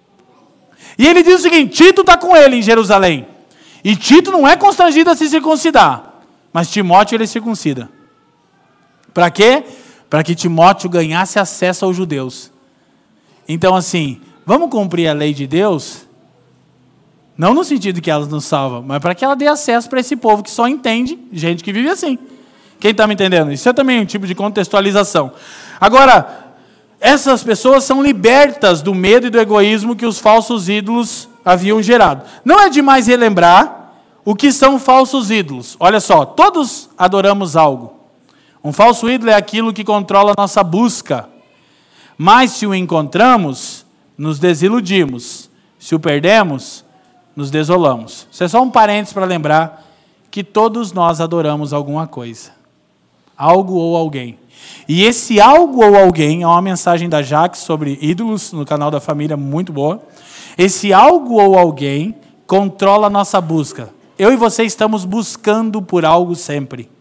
E ele diz o seguinte, Tito está com ele em Jerusalém, e Tito não é constrangido a se circuncidar, mas Timóteo ele circuncida. Para quê? Para que Timóteo ganhasse acesso aos judeus. Então, assim, vamos cumprir a lei de Deus, não no sentido que ela nos salva, mas para que ela dê acesso para esse povo que só entende gente que vive assim. Quem está me entendendo? Isso é também um tipo de contextualização. Agora, essas pessoas são libertas do medo e do egoísmo que os falsos ídolos haviam gerado. Não é demais relembrar o que são falsos ídolos. Olha só, todos adoramos algo. Um falso ídolo é aquilo que controla a nossa busca. Mas se o encontramos, nos desiludimos. Se o perdemos, nos desolamos. Isso é só um parênteses para lembrar que todos nós adoramos alguma coisa. Algo ou alguém. E esse algo ou alguém é uma mensagem da Jax sobre ídolos, no canal da família, muito boa. Esse algo ou alguém controla a nossa busca. Eu e você estamos buscando por algo sempre.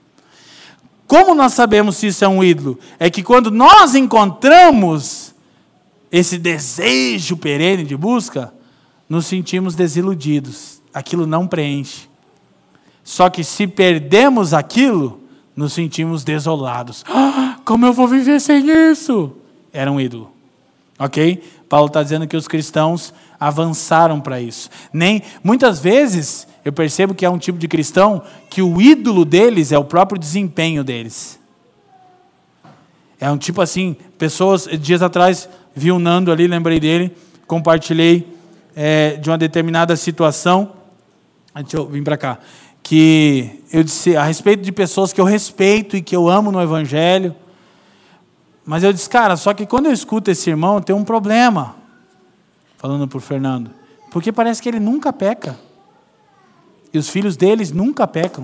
Como nós sabemos se isso é um ídolo? É que quando nós encontramos esse desejo perene de busca, nos sentimos desiludidos. Aquilo não preenche. Só que se perdemos aquilo, nos sentimos desolados. Ah, como eu vou viver sem isso? Era um ídolo. Ok? Paulo está dizendo que os cristãos avançaram para isso. Nem, muitas vezes, eu percebo que é um tipo de cristão que o ídolo deles é o próprio desempenho deles. É um tipo assim, pessoas, dias atrás, vi o Nando ali, lembrei dele, compartilhei é, de uma determinada situação, deixa eu vir para cá, que eu disse a respeito de pessoas que eu respeito e que eu amo no Evangelho, mas eu disse, cara, só que quando eu escuto esse irmão, tem um problema, falando para o Fernando, porque parece que ele nunca peca. E os filhos deles nunca pecam.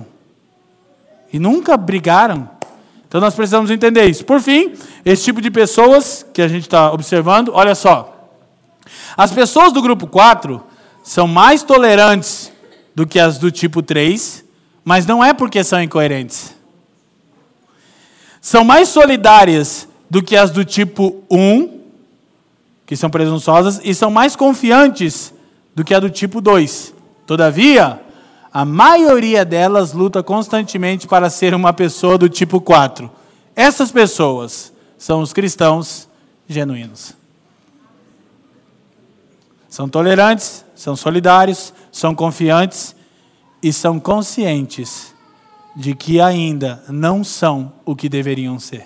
E nunca brigaram. Então nós precisamos entender isso. Por fim, esse tipo de pessoas que a gente está observando, olha só. As pessoas do grupo quatro são mais tolerantes do que as do tipo três, mas não é porque são incoerentes. São mais solidárias do que as do tipo um, que são presunçosas, e são mais confiantes do que a do tipo dois. Todavia, a maioria delas luta constantemente para ser uma pessoa do tipo quatro. Essas pessoas são os cristãos genuínos. São tolerantes, são solidários, são confiantes e são conscientes de que ainda não são o que deveriam ser.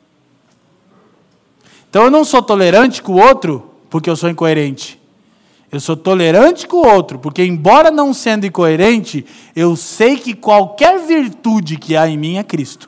Então eu não sou tolerante com o outro porque eu sou incoerente. Eu sou tolerante com o outro porque, embora não sendo incoerente, eu sei que qualquer virtude que há em mim é Cristo.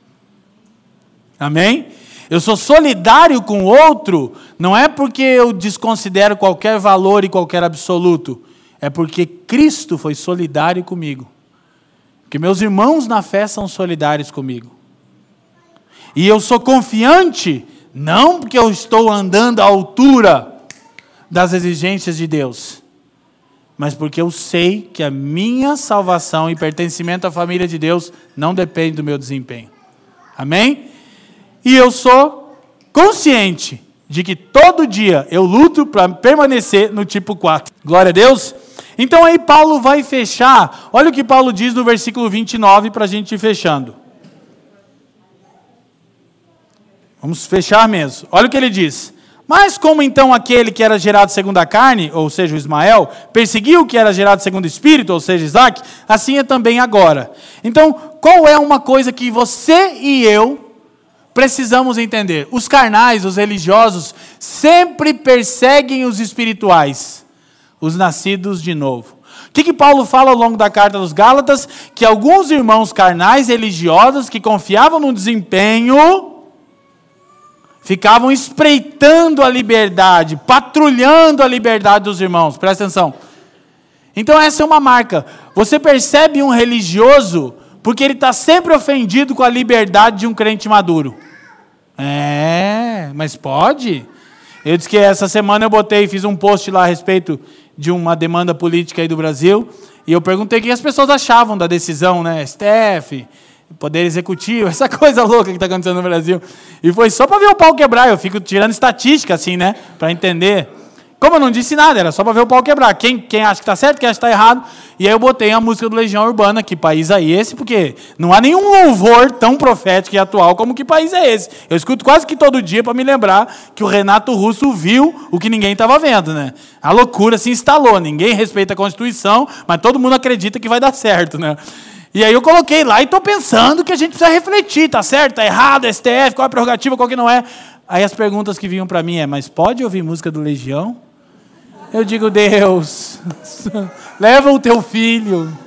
Amém? Eu sou solidário com o outro, não é porque eu desconsidero qualquer valor e qualquer absoluto, é porque Cristo foi solidário comigo. Porque meus irmãos na fé são solidários comigo. E eu sou confiante, não porque eu estou andando à altura das exigências de Deus, mas porque eu sei que a minha salvação e pertencimento à família de Deus não depende do meu desempenho. Amém? E eu sou consciente de que todo dia eu luto para permanecer no tipo quatro. Glória a Deus. Então aí Paulo vai fechar. Olha o que Paulo diz no versículo vinte e nove para a gente ir fechando. Vamos fechar mesmo. Olha o que ele diz. Mas como então aquele que era gerado segundo a carne, ou seja, o Ismael, perseguiu o que era gerado segundo o Espírito, ou seja, Isaac, assim é também agora. Então, qual é uma coisa que você e eu precisamos entender? Os carnais, os religiosos, sempre perseguem os espirituais, os nascidos de novo. O que, que Paulo fala ao longo da carta dos Gálatas? Que alguns irmãos carnais, religiosos, que confiavam no desempenho, ficavam espreitando a liberdade, patrulhando a liberdade dos irmãos. Presta atenção. Então essa é uma marca. Você percebe um religioso porque ele está sempre ofendido com a liberdade de um crente maduro. É, mas pode? Eu disse que essa semana eu botei, fiz um post lá a respeito de uma demanda política aí do Brasil, e eu perguntei o que as pessoas achavam da decisão, né? S T F, Poder Executivo, essa coisa louca que está acontecendo no Brasil. E foi só para ver o pau quebrar, eu fico tirando estatística assim, né? Para entender. Como eu não disse nada, era só para ver o pau quebrar. Quem, quem acha que está certo, quem acha que está errado. E aí eu botei a música do Legião Urbana, que país é esse? Porque não há nenhum louvor tão profético e atual como que país é esse. Eu escuto quase que todo dia para me lembrar que o Renato Russo viu o que ninguém estava vendo, né? A loucura se instalou, ninguém respeita a Constituição, mas todo mundo acredita que vai dar certo, né? E aí eu coloquei lá e estou pensando que a gente precisa refletir, tá certo, tá errado, S T F, qual é a prerrogativa, qual que não é. Aí as perguntas que vinham para mim é, mas pode ouvir música do Legião? Eu digo, Deus, leva o teu filho.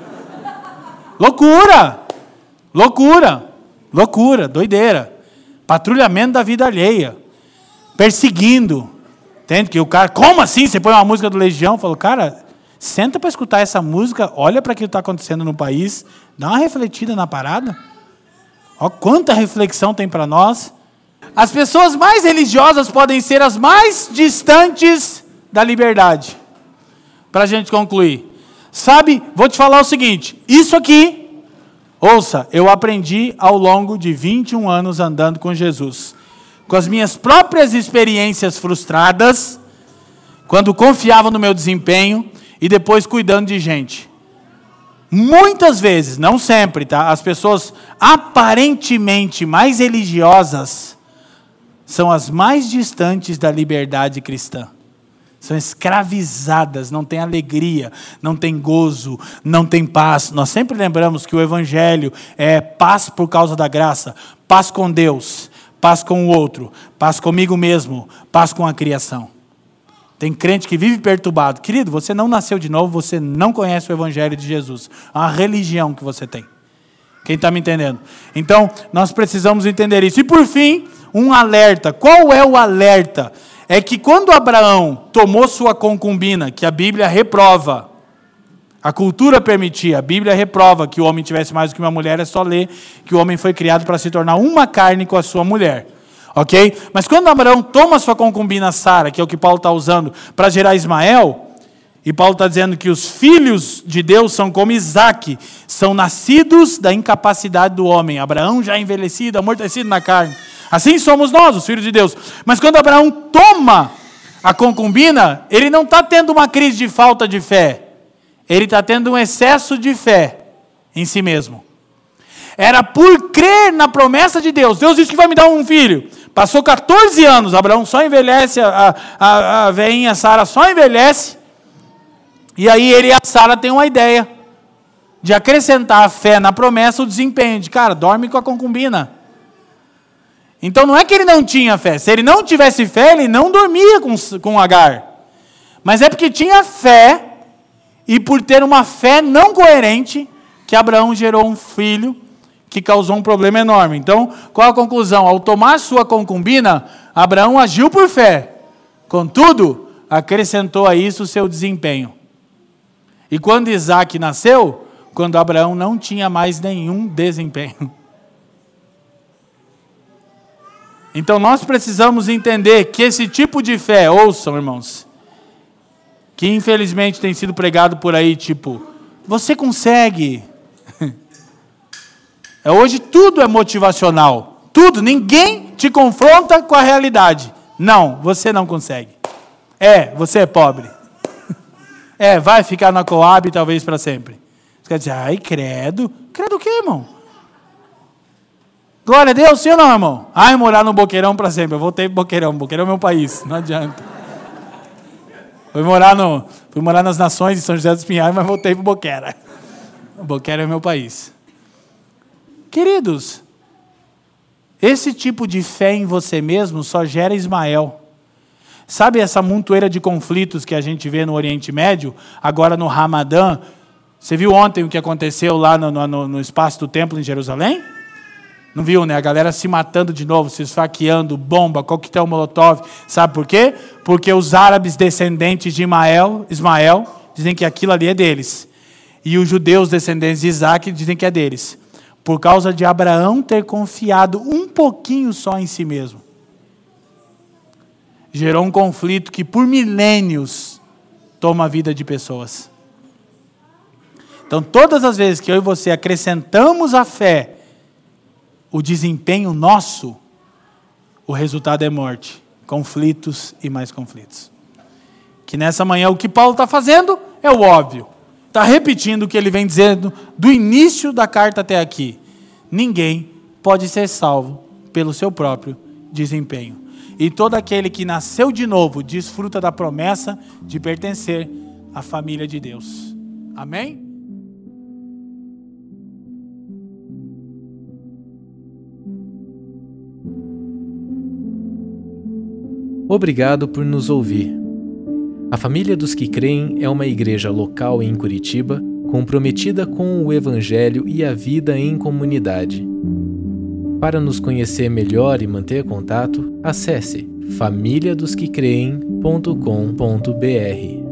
Loucura, loucura, loucura, doideira. Patrulhamento da vida alheia, perseguindo. Entende? Que o cara, como assim você põe uma música do Legião? Eu falo, cara, senta para escutar essa música, olha para o que está acontecendo no país, dá uma refletida na parada. Olha quanta reflexão tem para nós. As pessoas mais religiosas podem ser as mais distantes da liberdade. Para a gente concluir. Sabe, vou te falar o seguinte, isso aqui, ouça, eu aprendi ao longo de vinte e um anos andando com Jesus. Com as minhas próprias experiências frustradas, quando confiava no meu desempenho, e depois cuidando de gente. Muitas vezes, não sempre, tá? As pessoas aparentemente mais religiosas são as mais distantes da liberdade cristã. São escravizadas, não têm alegria, não têm gozo, não têm paz. Nós sempre lembramos que o Evangelho é paz por causa da graça, paz com Deus, paz com o outro, paz comigo mesmo, paz com a criação. Tem crente que vive perturbado. Querido, você não nasceu de novo, você não conhece o Evangelho de Jesus. É uma religião que você tem. Quem está me entendendo? Então, nós precisamos entender isso. E por fim, um alerta. Qual é o alerta? É que quando Abraão tomou sua concubina, que a Bíblia reprova, a cultura permitia, a Bíblia reprova que o homem tivesse mais do que uma mulher, é só ler que o homem foi criado para se tornar uma carne com a sua mulher. Ok? Mas quando Abraão toma sua concubina Sara, que é o que Paulo está usando para gerar Ismael, E Paulo está dizendo que os filhos de Deus são como Isaac, são nascidos da incapacidade do homem. Abraão já envelhecido, amortecido na carne. Assim somos nós, os filhos de Deus. Mas quando Abraão toma a concubina, ele não está tendo uma crise de falta de fé. Ele está tendo um excesso de fé em si mesmo. Era por crer na promessa de Deus. Deus disse que vai me dar um filho. Passou quatorze anos, Abraão só envelhece, a, a, a veinha Sara só envelhece. E aí ele e a Sara têm uma ideia de acrescentar a fé na promessa, o desempenho. De, cara, dorme com a concubina. Então não é que ele não tinha fé. Se ele não tivesse fé, ele não dormia com, com Agar. Mas é porque tinha fé, e por ter uma fé não coerente, que Abraão gerou um filho que causou um problema enorme. Então, qual a conclusão? Ao tomar sua concubina, Abraão agiu por fé. Contudo, acrescentou a isso o seu desempenho. E quando Isaac nasceu, quando Abraão não tinha mais nenhum desempenho. Então nós precisamos entender que esse tipo de fé, ouçam irmãos, que infelizmente tem sido pregado por aí, tipo, você consegue. Hoje tudo é motivacional, tudo, ninguém te confronta com a realidade. Não, você não consegue. É, você é pobre. É, vai ficar na Coab talvez para sempre. Você quer dizer, ai, credo. Credo o quê, irmão? Glória a Deus, sim ou não, irmão? Ai, morar no Boqueirão para sempre. Eu voltei pro Boqueirão. Boqueirão é meu país, não adianta. Fui morar, no, fui morar nas Nações de São José dos Pinhais, mas voltei pro Boqueira. O Boqueira é meu país. Queridos, esse tipo de fé em você mesmo só gera Ismael. Sabe essa montoeira de conflitos que a gente vê no Oriente Médio, agora no Ramadã? Você viu ontem o que aconteceu lá no, no, no espaço do templo em Jerusalém? Não viu, né? A galera se matando de novo, se esfaqueando, bomba, coquetel molotov. Sabe por quê? Porque os árabes descendentes de Ismael, Ismael dizem que aquilo ali é deles. E os judeus descendentes de Isaac dizem que é deles. Por causa de Abraão ter confiado um pouquinho só em si mesmo. Gerou um conflito que por milênios toma a vida de pessoas. Então todas as vezes que eu e você acrescentamos a fé, o desempenho nosso, o resultado é morte, conflitos e mais conflitos. Que nessa manhã o que Paulo está fazendo é o óbvio. Está repetindo o que ele vem dizendo do início da carta até aqui. Ninguém pode ser salvo pelo seu próprio desempenho. E todo aquele que nasceu de novo desfruta da promessa de pertencer à família de Deus. Amém? Obrigado por nos ouvir. A Família dos que Creem é uma igreja local em Curitiba, comprometida com o Evangelho e a vida em comunidade. Para nos conhecer melhor e manter contato, acesse família dos que creem ponto com ponto br.